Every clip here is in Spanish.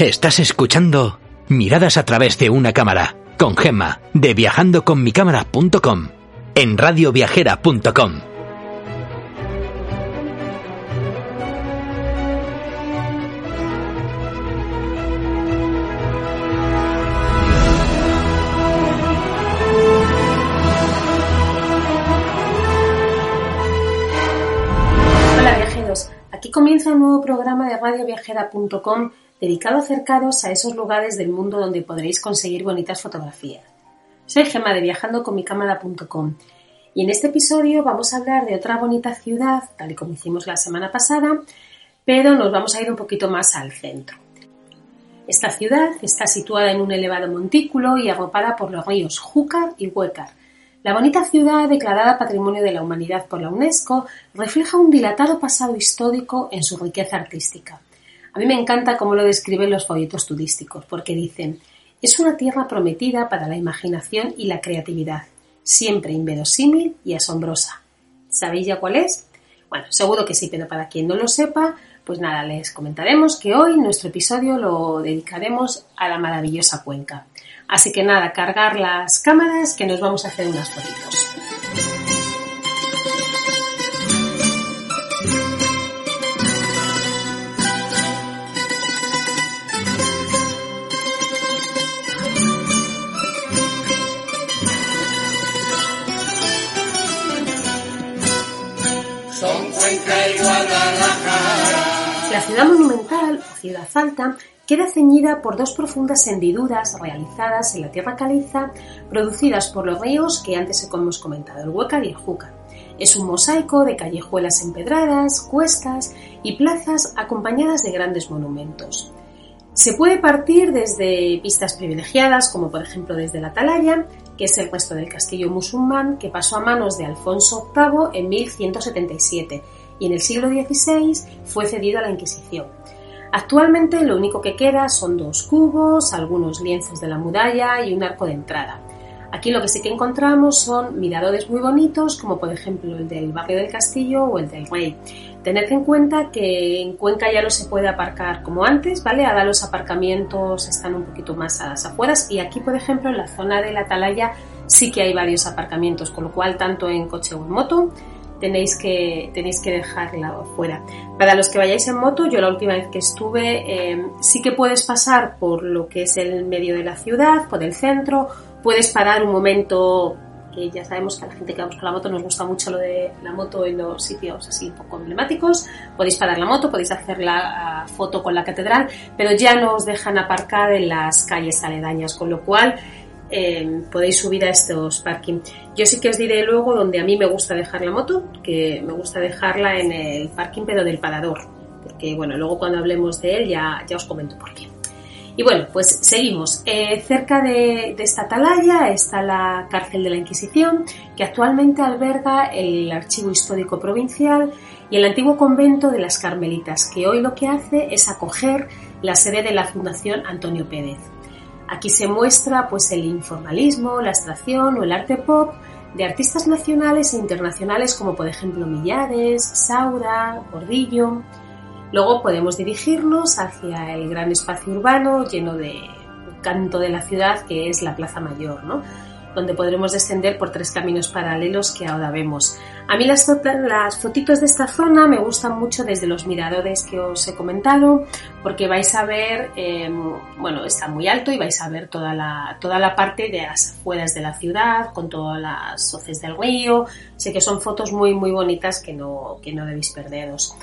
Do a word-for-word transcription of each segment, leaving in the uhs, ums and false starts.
Estás escuchando Miradas a través de una cámara con Gemma de viajando con mi cámara punto com en radio viajera punto com. Hola viajeros, aquí comienza un nuevo programa de radio viajera punto com dedicado a acercaros a esos lugares del mundo donde podréis conseguir bonitas fotografías. Soy Gemma de viajando con mi cámara punto com y en este episodio vamos a hablar de otra bonita ciudad, tal y como hicimos la semana pasada, pero nos vamos a ir un poquito más al centro. Esta ciudad está situada en un elevado montículo y agrupada por los ríos Júcar y Huécar. La bonita ciudad, declarada Patrimonio de la Humanidad por la UNESCO, refleja un dilatado pasado histórico en su riqueza artística. A mí me encanta cómo lo describen los folletos turísticos, porque dicen: es una tierra prometida para la imaginación y la creatividad, siempre inverosímil y asombrosa. ¿Sabéis ya cuál es? Bueno, seguro que sí, pero para quien no lo sepa, pues nada, les comentaremos que hoy nuestro episodio lo dedicaremos a la maravillosa Cuenca. Así que nada, cargar las cámaras que nos vamos a hacer unas fotitos. La ciudad monumental o ciudad alta queda ceñida por dos profundas hendiduras realizadas en la tierra caliza, producidas por los ríos que antes hemos comentado, el Huécar y el Júcar. Es un mosaico de callejuelas empedradas, cuestas y plazas acompañadas de grandes monumentos. Se puede partir desde vistas privilegiadas, como por ejemplo desde la Atalaya, que es el resto del castillo musulmán que pasó a manos de Alfonso octavo en mil ciento setenta y siete y en el siglo dieciséis fue cedido a la Inquisición. Actualmente lo único que queda son dos cubos, algunos lienzos de la muralla y un arco de entrada. Aquí lo que sí que encontramos son miradores muy bonitos, como por ejemplo el del barrio del Castillo o el del Rey. Tened en cuenta que en Cuenca ya no se puede aparcar como antes, ¿vale? Ahora los aparcamientos están un poquito más a las afueras y aquí, por ejemplo, en la zona de la Atalaya sí que hay varios aparcamientos, con lo cual tanto en coche o en moto tenéis que, tenéis que dejarla fuera. Para los que vayáis en moto, yo la última vez que estuve, eh, sí que puedes pasar por lo que es el medio de la ciudad, por el centro, puedes parar un momento, que ya sabemos que a la gente que vamos con la moto nos gusta mucho lo de la moto en los sitios así un poco emblemáticos, podéis parar la moto, podéis hacer la foto con la catedral, pero ya no os dejan aparcar en las calles aledañas, con lo cual Eh, podéis subir a estos parking. Yo sí que os diré luego donde a mí me gusta dejar la moto, que me gusta dejarla en el parking pero del Parador, porque bueno, luego cuando hablemos de él ya, ya os comento por qué. Y bueno, pues seguimos. Eh, cerca de, de esta atalaya está la cárcel de la Inquisición, que actualmente alberga el Archivo Histórico Provincial y el antiguo convento de las Carmelitas, que hoy lo que hace es acoger la sede de la Fundación Antonio Pérez. Aquí se muestra pues el informalismo, la abstracción o el arte pop de artistas nacionales e internacionales como por ejemplo Millares, Saura, Gordillo. Luego podemos dirigirnos hacia el gran espacio urbano lleno de canto de la ciudad que es la Plaza Mayor, ¿no? Donde podremos descender por tres caminos paralelos que ahora vemos. A mí las, las fotitos de esta zona me gustan mucho desde los miradores que os he comentado, porque vais a ver, eh, bueno, está muy alto y vais a ver toda la, toda la parte de las afueras de la ciudad, con todas las hoces del río. Sé que son fotos muy, muy bonitas que no, que no debéis perderos.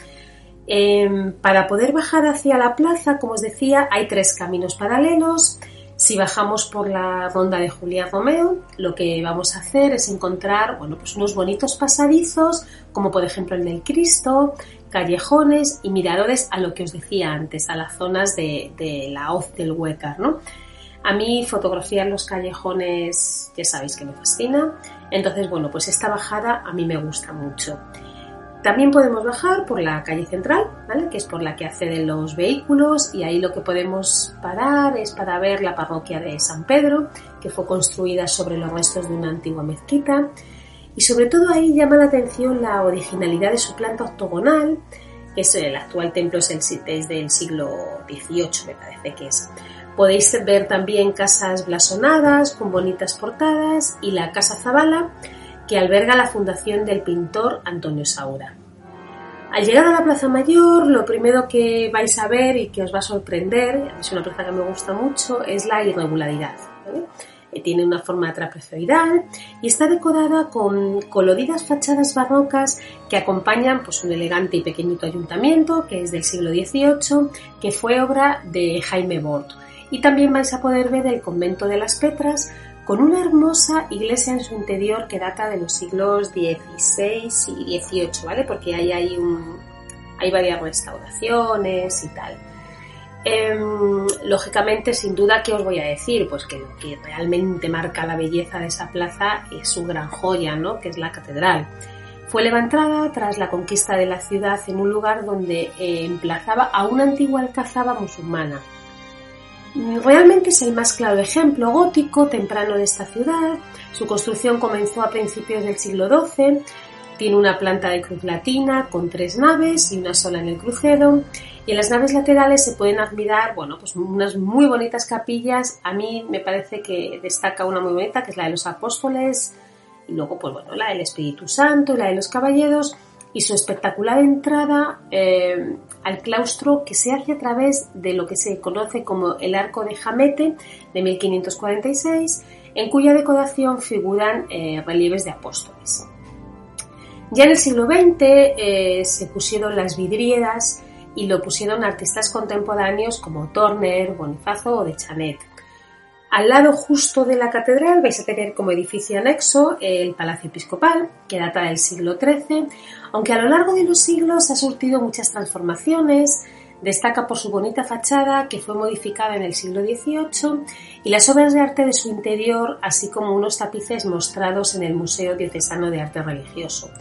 Eh, para poder bajar hacia la plaza, como os decía, hay tres caminos paralelos. Si bajamos por la ronda de Julián Romeo, lo que vamos a hacer es encontrar, bueno, pues unos bonitos pasadizos, como por ejemplo el del Cristo, callejones y miradores a lo que os decía antes, a las zonas de, de la hoz del Huécar, ¿no? A mí fotografiar los callejones, ya sabéis que me fascina, entonces bueno, pues esta bajada a mí me gusta mucho. También podemos bajar por la calle central, ¿vale? Que es por la que acceden los vehículos, y ahí lo que podemos parar es para ver la parroquia de San Pedro, que fue construida sobre los restos de una antigua mezquita, y sobre todo ahí llama la atención la originalidad de su planta octogonal, que es el actual templo, es, el, es del siglo dieciocho, me parece que es. Podéis ver también casas blasonadas con bonitas portadas y la Casa Zabala, que alberga la fundación del pintor Antonio Saura. Al llegar a la Plaza Mayor, lo primero que vais a ver y que os va a sorprender, es una plaza que me gusta mucho, es la irregularidad, ¿vale? Tiene una forma trapezoidal y está decorada con coloridas fachadas barrocas que acompañan pues, un elegante y pequeñito ayuntamiento que es del siglo dieciocho, que fue obra de Jaime Bort. Y también vais a poder ver el convento de las Petras con una hermosa iglesia en su interior que data de los siglos dieciséis y dieciocho, ¿vale? Porque ahí hay, un, hay varias restauraciones y tal. Eh, lógicamente, sin duda, ¿qué os voy a decir? Pues que lo que realmente marca la belleza de esa plaza es su gran joya, ¿no? Que es la catedral. Fue levantada tras la conquista de la ciudad en un lugar donde eh, emplazaba a una antigua alcazaba musulmana. Realmente es el más claro ejemplo gótico temprano de esta ciudad. Su construcción comenzó a principios del siglo doce. Tiene una planta de cruz latina con tres naves y una sola en el crucero. Y en las naves laterales se pueden admirar, bueno, pues unas muy bonitas capillas. A mí me parece que destaca una muy bonita, que es la de los Apóstoles, y luego, pues bueno, la del Espíritu Santo, la de los Caballeros, y su espectacular entrada eh, al claustro, que se hace a través de lo que se conoce como el Arco de Jamete de mil quinientos cuarenta y seis, en cuya decoración figuran eh, relieves de apóstoles. Ya en el siglo veinte eh, se pusieron las vidrieras y lo pusieron artistas contemporáneos como Turner, Bonifazo o de Chanet. Al lado justo de la catedral vais a tener como edificio anexo el Palacio Episcopal, que data del siglo trece, aunque a lo largo de los siglos ha sufrido muchas transformaciones. Destaca por su bonita fachada, que fue modificada en el siglo dieciocho, y las obras de arte de su interior, así como unos tapices mostrados en el Museo Diocesano de Arte Religioso.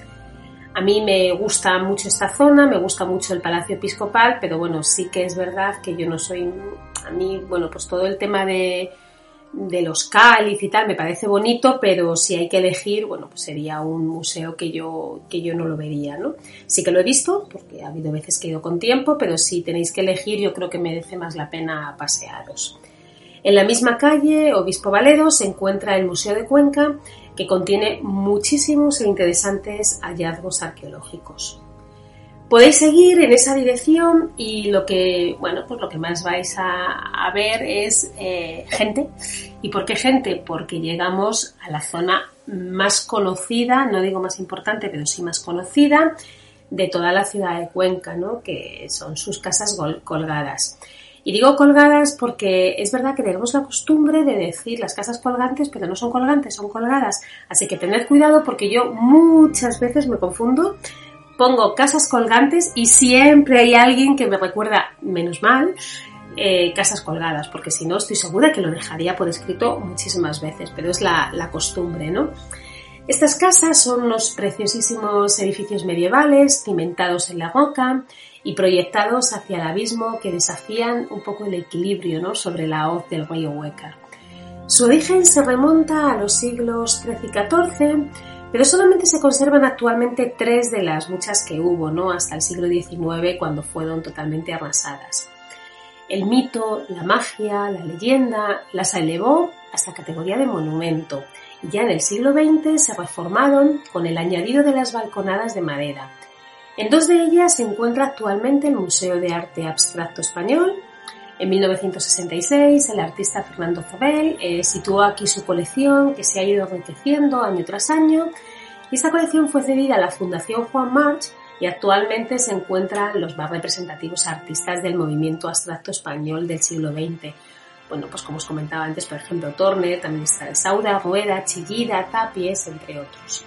A mí me gusta mucho esta zona, me gusta mucho el Palacio Episcopal, pero bueno, sí que es verdad que yo no soy... A mí, bueno, pues todo el tema de, de los cáliz y tal me parece bonito, pero si hay que elegir, bueno, pues sería un museo que yo, que yo no lo vería, ¿no? Sí que lo he visto, porque ha habido veces que he ido con tiempo, pero si tenéis que elegir, yo creo que merece más la pena pasearos. En la misma calle, Obispo Valero, se encuentra el Museo de Cuenca, que contiene muchísimos e interesantes hallazgos arqueológicos. Podéis seguir en esa dirección y lo que, bueno, pues lo que más vais a, a ver es eh, gente. ¿Y por qué gente? Porque llegamos a la zona más conocida, no digo más importante, pero sí más conocida, de toda la ciudad de Cuenca, ¿no? Que son sus casas colgadas. Y digo colgadas porque es verdad que tenemos la costumbre de decir las casas colgantes, pero no son colgantes, son colgadas. Así que tened cuidado porque yo muchas veces me confundo, pongo casas colgantes y siempre hay alguien que me recuerda, menos mal, eh, casas colgadas, porque si no estoy segura que lo dejaría por escrito muchísimas veces, pero es la, la costumbre, ¿no? Estas casas son unos preciosísimos edificios medievales, cimentados en la roca y proyectados hacia el abismo, que desafían un poco el equilibrio, ¿no?, sobre la hoz del río Huécar. Su origen se remonta a los siglos trece y catorce, pero solamente se conservan actualmente tres de las muchas que hubo, ¿no?, hasta el siglo diecinueve, cuando fueron totalmente arrasadas. El mito, la magia, la leyenda las elevó hasta categoría de monumento. Ya en el siglo veinte se reformaron con el añadido de las balconadas de madera. En dos de ellas se encuentra actualmente el Museo de Arte Abstracto Español. En mil novecientos sesenta y seis el artista Fernando Zabel eh, situó aquí su colección, que se ha ido enriqueciendo año tras año, y esta colección fue cedida a la Fundación Juan March y actualmente se encuentran los más representativos artistas del movimiento abstracto español del siglo veinte. Bueno, pues como os comentaba antes, por ejemplo, Turner, también está Sauda, Rueda, Chillida, Tapies, entre otros.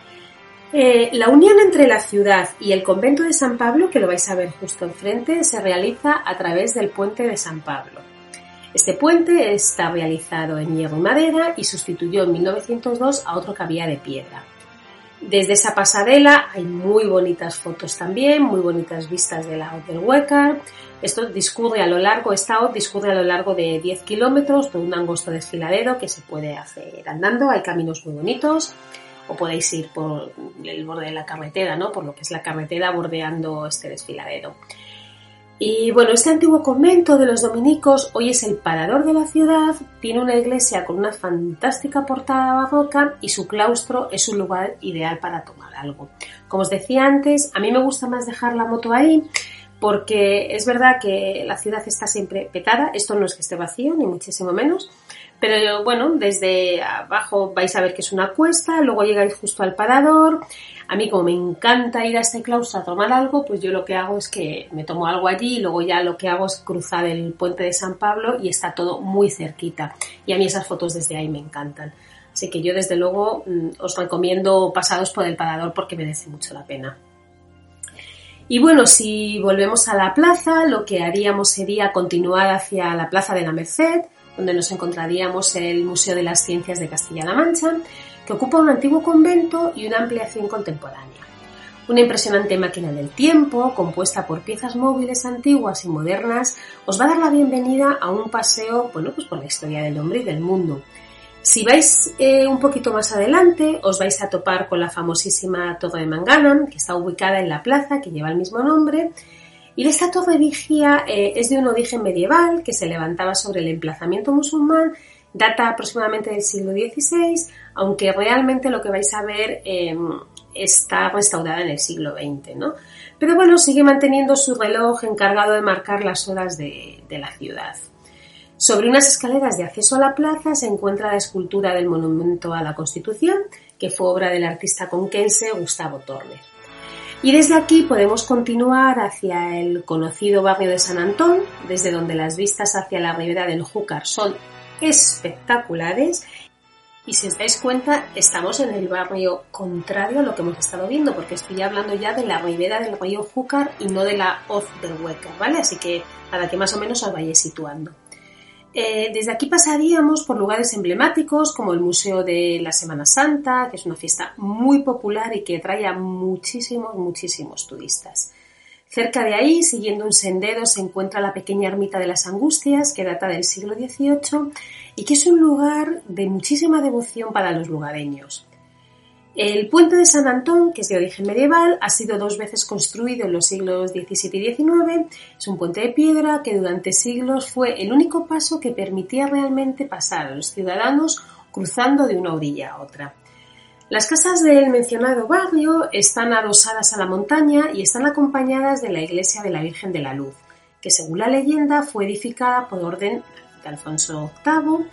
Eh, la unión entre la ciudad y el convento de San Pablo, que lo vais a ver justo enfrente, se realiza a través del puente de San Pablo. Este puente está realizado en hierro y madera y sustituyó en mil novecientos dos a otro que había de piedra. Desde esa pasarela hay muy bonitas fotos también, muy bonitas vistas de la hoz del Huécar. Esto discurre a lo largo, esta hoz discurre a lo largo de diez kilómetros por un angosto desfiladero que se puede hacer andando. Hay caminos muy bonitos, o podéis ir por, el borde de la carretera, ¿no? Por lo que es la carretera bordeando este desfiladero. Y bueno, este antiguo convento de los dominicos hoy es el parador de la ciudad, tiene una iglesia con una fantástica portada barroca y su claustro es un lugar ideal para tomar algo. Como os decía antes, a mí me gusta más dejar la moto ahí porque es verdad que la ciudad está siempre petada, esto no es que esté vacío, ni muchísimo menos, pero bueno, desde abajo vais a ver que es una cuesta, luego llegáis justo al parador. A mí, como me encanta ir a este claustro a tomar algo, pues yo lo que hago es que me tomo algo allí y luego ya lo que hago es cruzar el puente de San Pablo y está todo muy cerquita. Y a mí esas fotos desde ahí me encantan. Así que yo desde luego os recomiendo pasaros por el parador porque merece mucho la pena. Y bueno, si volvemos a la plaza, lo que haríamos sería continuar hacia la Plaza de la Merced, donde nos encontraríamos el Museo de las Ciencias de Castilla-La Mancha, que ocupa un antiguo convento y una ampliación contemporánea. Una impresionante máquina del tiempo, compuesta por piezas móviles antiguas y modernas, os va a dar la bienvenida a un paseo, bueno, pues por la historia del hombre y del mundo. Si vais eh, un poquito más adelante, os vais a topar con la famosísima Torre de Mangana, que está ubicada en la plaza que lleva el mismo nombre. Y esta torre vigía eh, es de un origen medieval que se levantaba sobre el emplazamiento musulmán, data aproximadamente del siglo dieciséis, aunque realmente lo que vais a ver eh, está restaurada en el siglo veinte, ¿no? Pero bueno, sigue manteniendo su reloj encargado de marcar las horas de, de la ciudad. Sobre unas escaleras de acceso a la plaza se encuentra la escultura del Monumento a la Constitución, que fue obra del artista conquense Gustavo Torner. Y desde aquí podemos continuar hacia el conocido barrio de San Antón, desde donde las vistas hacia la ribera del Júcar son espectaculares. Y si os dais cuenta, estamos en el barrio contrario a lo que hemos estado viendo, porque estoy hablando ya de la ribera del río Júcar y no de la hoz del Hueca, ¿vale? Así que para que más o menos os vayáis situando. Eh, desde aquí pasaríamos por lugares emblemáticos como el Museo de la Semana Santa, que es una fiesta muy popular y que atrae a muchísimos, muchísimos turistas. Cerca de ahí, siguiendo un sendero, se encuentra la pequeña ermita de las Angustias, que data del siglo dieciocho y que es un lugar de muchísima devoción para los lugareños. El puente de San Antón, que es de origen medieval, ha sido dos veces construido en los siglos diecisiete y diecinueve. Es un puente de piedra que durante siglos fue el único paso que permitía realmente pasar a los ciudadanos cruzando de una orilla a otra. Las casas del mencionado barrio están adosadas a la montaña y están acompañadas de la iglesia de la Virgen de la Luz, que según la leyenda fue edificada por orden de Alfonso octavo,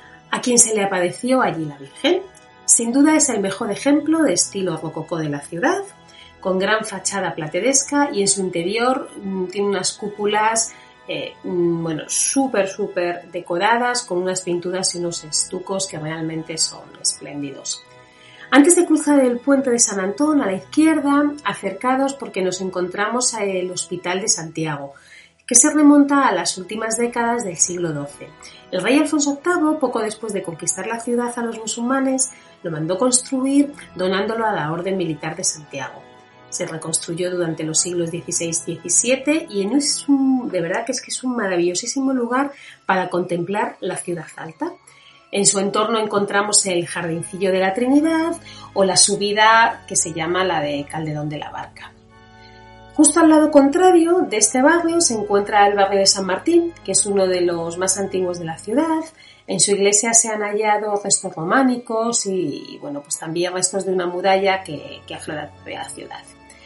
a quien se le apareció allí la Virgen. Sin duda es el mejor ejemplo de estilo rococó de la ciudad, con gran fachada plateresca y en su interior mmm, tiene unas cúpulas eh, mmm, bueno, súper, súper decoradas con unas pinturas y unos estucos que realmente son espléndidos. Antes de cruzar el puente de San Antón, a la izquierda, acercados porque nos encontramos al Hospital de Santiago, que se remonta a las últimas décadas del siglo doce. El rey Alfonso octavo, poco después de conquistar la ciudad a los musulmanes, lo mandó construir donándolo a la Orden Militar de Santiago. Se reconstruyó durante los siglos dieciséis y diecisiete y es un, de verdad que es que es un maravillosísimo lugar para contemplar la ciudad alta. En su entorno encontramos el Jardincillo de la Trinidad o la subida que se llama la de Calderón de la Barca. Justo al lado contrario de este barrio se encuentra el barrio de San Martín, que es uno de los más antiguos de la ciudad. En su iglesia se han hallado restos románicos y, bueno, pues también restos de una muralla que, que aflora de la ciudad.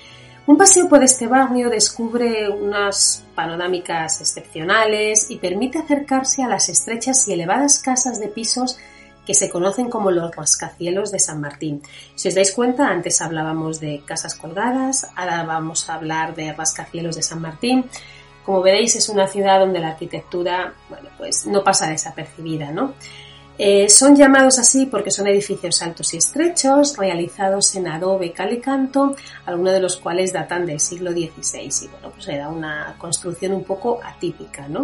Un paseo por este barrio descubre unas panorámicas excepcionales y permite acercarse a las estrechas y elevadas casas de pisos que se conocen como los rascacielos de San Martín. Si os dais cuenta, antes hablábamos de casas colgadas, ahora vamos a hablar de rascacielos de San Martín. Como veréis, es una ciudad donde la arquitectura, bueno, pues no pasa desapercibida, ¿no? Eh, son llamados así porque son edificios altos y estrechos, realizados en adobe, cal y canto, algunos de los cuales datan del siglo dieciséis y, bueno, pues era una construcción un poco atípica, ¿no?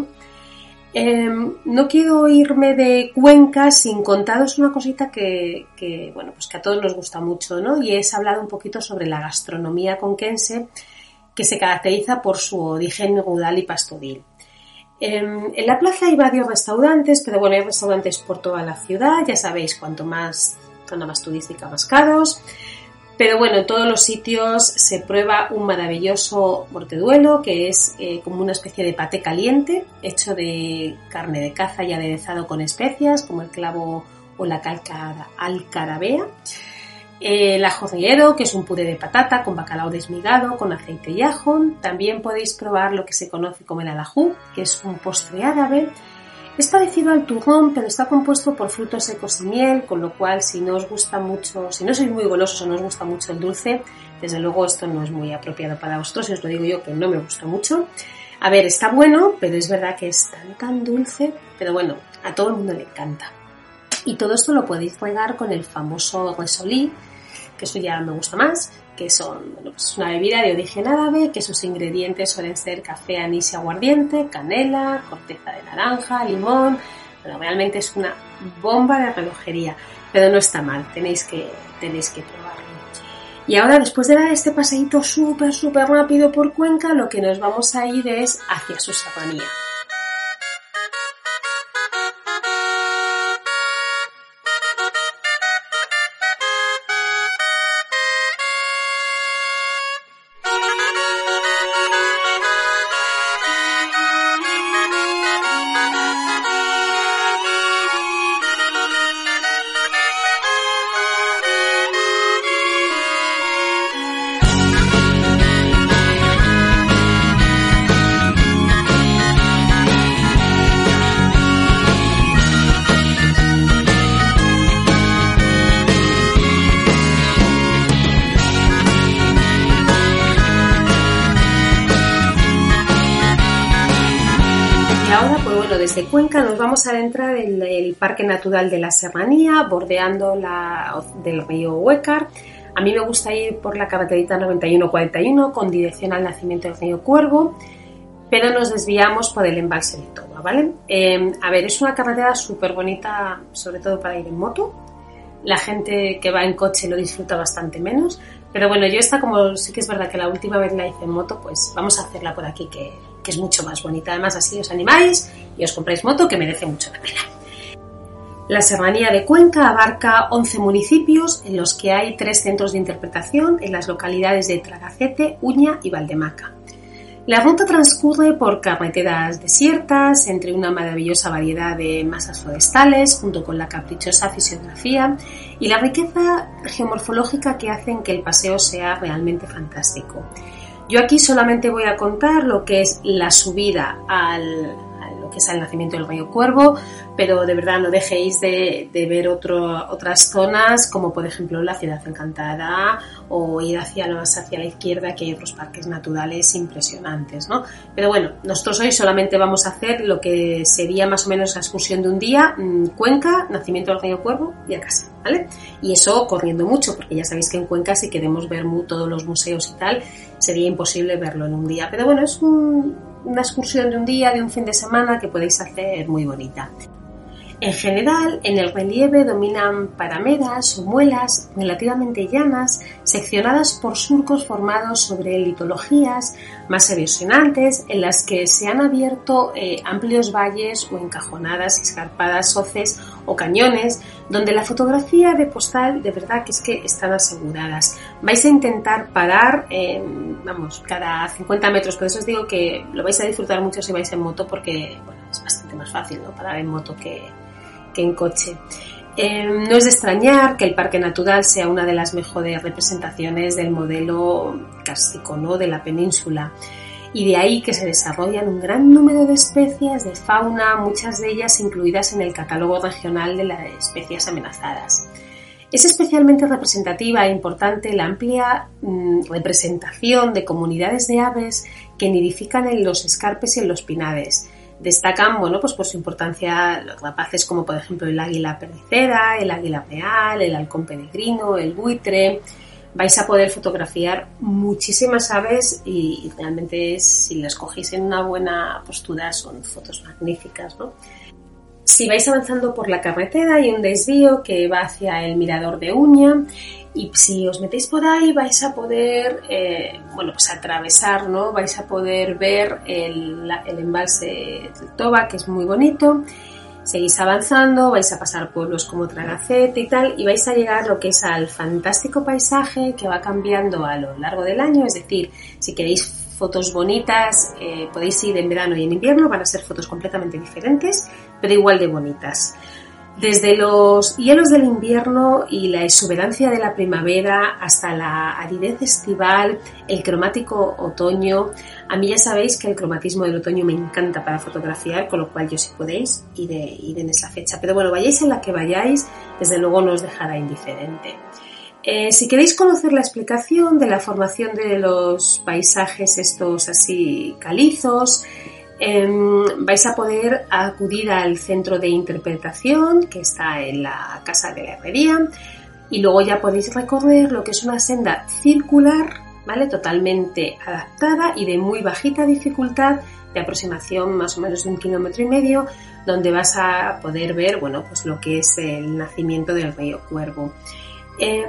Eh, no quiero irme de Cuenca sin contaros una cosita que, que, bueno, pues que a todos nos gusta mucho, ¿no? Y es hablar un poquito sobre la gastronomía conquense, que se caracteriza por su origen rural y pastoril. Eh, en la plaza hay varios restaurantes, pero bueno, hay restaurantes por toda la ciudad, ya sabéis, cuanto más zona más turística, más caros. Pero bueno, en todos los sitios se prueba un maravilloso morteduelo, que es eh, como una especie de paté caliente, hecho de carne de caza y aderezado con especias, como el clavo o la calca alcarabea. Eh, el ajo rillero, que es un puré de patata con bacalao desmigado, con aceite y ajo. También podéis probar lo que se conoce como el alajú, que es un postre árabe. Es parecido al turrón, pero está compuesto por frutos secos y miel, con lo cual si no os gusta mucho, si no sois muy golosos o no os gusta mucho el dulce, desde luego esto no es muy apropiado para vosotros, y os lo digo yo que no me gusta mucho. A ver, está bueno, pero es verdad que es tan tan dulce, pero bueno, a todo el mundo le encanta. Y todo esto lo podéis regar con el famoso resolí, que eso ya me gusta más, que son, bueno, pues una bebida de origen árabe, que sus ingredientes suelen ser café, anís y aguardiente, canela, corteza de naranja, limón. Bueno, realmente es una bomba de relojería, pero no está mal, tenéis que, tenéis que probarlo. Y ahora, después de dar este paseíto súper, súper rápido por Cuenca, lo que nos vamos a ir es hacia su serranía. Desde Cuenca nos vamos a adentrar en el Parque Natural de la Serranía, bordeando la, del río Huécar. A mí me gusta ir por la carreterita noventa y uno cuarenta y uno con dirección al nacimiento del río Cuervo, pero nos desviamos por el embalse de Toba, ¿vale? Eh, a ver, es una carretera súper bonita, sobre todo para ir en moto. La gente que va en coche lo disfruta bastante menos, pero bueno, yo esta, como sí que es verdad que la última vez la hice en moto, pues vamos a hacerla por aquí, que, que es mucho más bonita. Además, así os animáis y os compráis moto, que merece mucho la pena. La Serranía de Cuenca abarca once municipios, en los que hay tres centros de interpretación en las localidades de Tragacete, Uña y Valdemaca. La ruta transcurre por carreteras desiertas, entre una maravillosa variedad de masas forestales, junto con la caprichosa fisiografía y la riqueza geomorfológica que hacen que el paseo sea realmente fantástico. Yo aquí solamente voy a contar lo que es la subida al, a lo que es el nacimiento del río Cuervo, pero de verdad no dejéis de, de ver otro, otras zonas, como por ejemplo la Ciudad Encantada, o ir hacia, más hacia la izquierda, que hay otros parques naturales impresionantes, ¿no? Pero bueno, nosotros hoy solamente vamos a hacer lo que sería más o menos la excursión de un día, Cuenca, nacimiento del río Cuervo y a casa, ¿vale? Y eso corriendo mucho, porque ya sabéis que en Cuenca, si queremos ver todos los museos y tal, sería imposible verlo en un día. Pero bueno, es un, una excursión de un día, de un fin de semana, que podéis hacer muy bonita. En general, en el relieve dominan parameras o muelas relativamente llanas, seccionadas por surcos formados sobre litologías más erosionantes, en las que se han abierto eh, amplios valles o encajonadas, escarpadas hoces o cañones, donde la fotografía de postal de verdad que es que están aseguradas. Vais a intentar parar, eh, vamos, cada cincuenta metros, por eso os digo que lo vais a disfrutar mucho si vais en moto, porque bueno, es bastante más fácil, ¿no?, parar en moto que en coche. Eh, no es de extrañar que el Parque Natural sea una de las mejores representaciones del modelo kárstico, ¿no?, de la península, y de ahí que se desarrollan un gran número de especies de fauna, muchas de ellas incluidas en el catálogo regional de las especies amenazadas. Es especialmente representativa e importante la amplia mmm, representación de comunidades de aves que nidifican en los escarpes y en los pinares. Destacan, bueno, pues por su importancia los rapaces como por ejemplo el águila perdicera, el águila real, el halcón peregrino, el buitre. Vais a poder fotografiar muchísimas aves y, y realmente si las cogéis en una buena postura son fotos magníficas, ¿no? Si vais avanzando por la carretera hay un desvío que va hacia el mirador de Uña, y si os metéis por ahí vais a poder, eh, bueno, pues atravesar, ¿no? Vais a poder ver el, el embalse del Toba, que es muy bonito. Seguís avanzando, vais a pasar pueblos como Tragacete y tal, y vais a llegar lo que es al fantástico paisaje que va cambiando a lo largo del año. Es decir, si queréis fotos bonitas, eh, podéis ir en verano y en invierno, van a ser fotos completamente diferentes, pero igual de bonitas. Desde los hielos del invierno y la exuberancia de la primavera hasta la aridez estival, el cromático otoño. A mí ya sabéis que el cromatismo del otoño me encanta para fotografiar, con lo cual yo si podéis ir, de, ir en esa fecha. Pero bueno, vayáis en la que vayáis, desde luego no os dejará indiferente. Eh, si queréis conocer la explicación de la formación de los paisajes estos así calizos, Eh, vais a poder acudir al centro de interpretación que está en la Casa de la Herrería y luego ya podéis recorrer lo que es una senda circular, ¿vale? Totalmente adaptada y de muy bajita dificultad, de aproximación más o menos de un kilómetro y medio, donde vas a poder ver, bueno, pues lo que es el nacimiento del río Cuervo. Eh,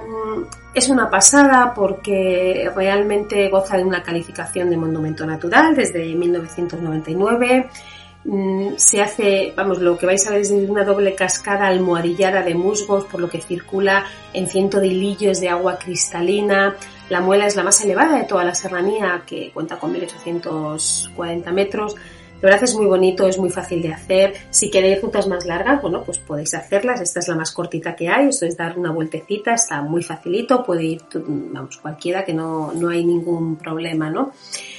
es una pasada porque realmente goza de una calificación de monumento natural desde mil novecientos noventa y nueve. Mm, se hace, vamos, lo que vais a ver es una doble cascada almohadillada de musgos, por lo que circula en ciento de hilillos de agua cristalina. La muela es la más elevada de toda la serranía, que cuenta con mil ochocientos cuarenta metros. La verdad es muy bonito, es muy fácil de hacer. Si queréis rutas más largas, bueno, pues podéis hacerlas. Esta es la más cortita que hay, esto es dar una vueltecita, está muy facilito, puede ir, vamos, cualquiera, que no, no hay ningún problema, ¿no?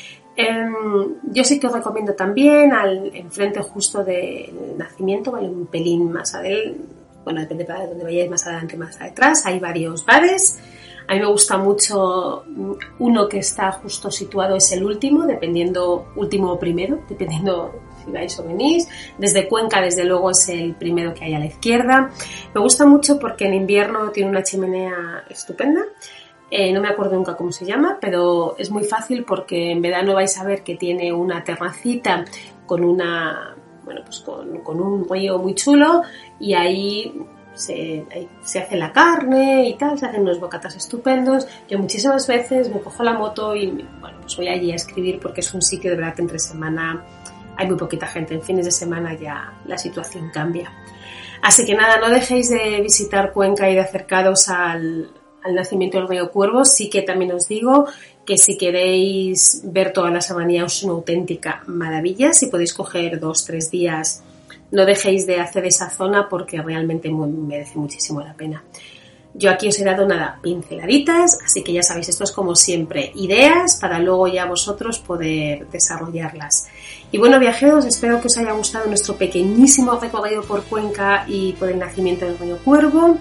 Eh, yo sí que os recomiendo también, al enfrente justo del nacimiento, vale, un pelín más adelante, bueno, depende para dónde vayáis, más adelante, más atrás, hay varios bares. A mí me gusta mucho uno que está justo situado, es el último, dependiendo, último o primero, dependiendo si vais o venís. Desde Cuenca, desde luego, es el primero que hay a la izquierda. Me gusta mucho porque en invierno tiene una chimenea estupenda. Eh, no me acuerdo nunca cómo se llama, pero es muy fácil porque en verano vais a ver que tiene una terracita con una, bueno, pues con, con un río muy chulo y ahí Se, se hace la carne y tal, se hacen unos bocatas estupendos. Yo muchísimas veces me cojo la moto y bueno, pues voy allí a escribir porque es un sitio de verdad que entre semana hay muy poquita gente, en fines de semana ya la situación cambia. Así que nada, no dejéis de visitar Cuenca y de acercaros al, al nacimiento del río Cuervo. Sí que también os digo que si queréis ver toda la serranía es una auténtica maravilla. Si podéis coger dos, tres días, no dejéis de hacer esa zona porque realmente merece muchísimo la pena. Yo aquí os he dado nada, pinceladitas, así que ya sabéis, esto es como siempre, ideas para luego ya vosotros poder desarrollarlas. Y bueno, viajeros, espero que os haya gustado nuestro pequeñísimo recorrido por Cuenca y por el nacimiento del río Cuervo.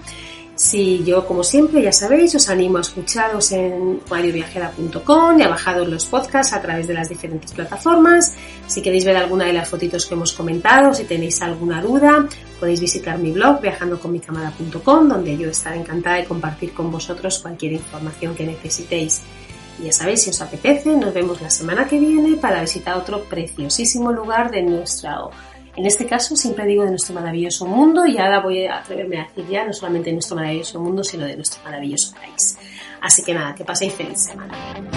Si yo, como siempre, ya sabéis, os animo a escucharos en radio viajera punto com y a bajaros los podcasts a través de las diferentes plataformas. Si queréis ver alguna de las fotitos que hemos comentado, si tenéis alguna duda, podéis visitar mi blog viajando con mi cámara punto com, donde yo estaré encantada de compartir con vosotros cualquier información que necesitéis. Y ya sabéis, si os apetece, nos vemos la semana que viene para visitar otro preciosísimo lugar de nuestra... En este caso siempre digo de nuestro maravilloso mundo y ahora voy a atreverme a decir ya no solamente de nuestro maravilloso mundo, sino de nuestro maravilloso país. Así que nada, que paséis feliz semana.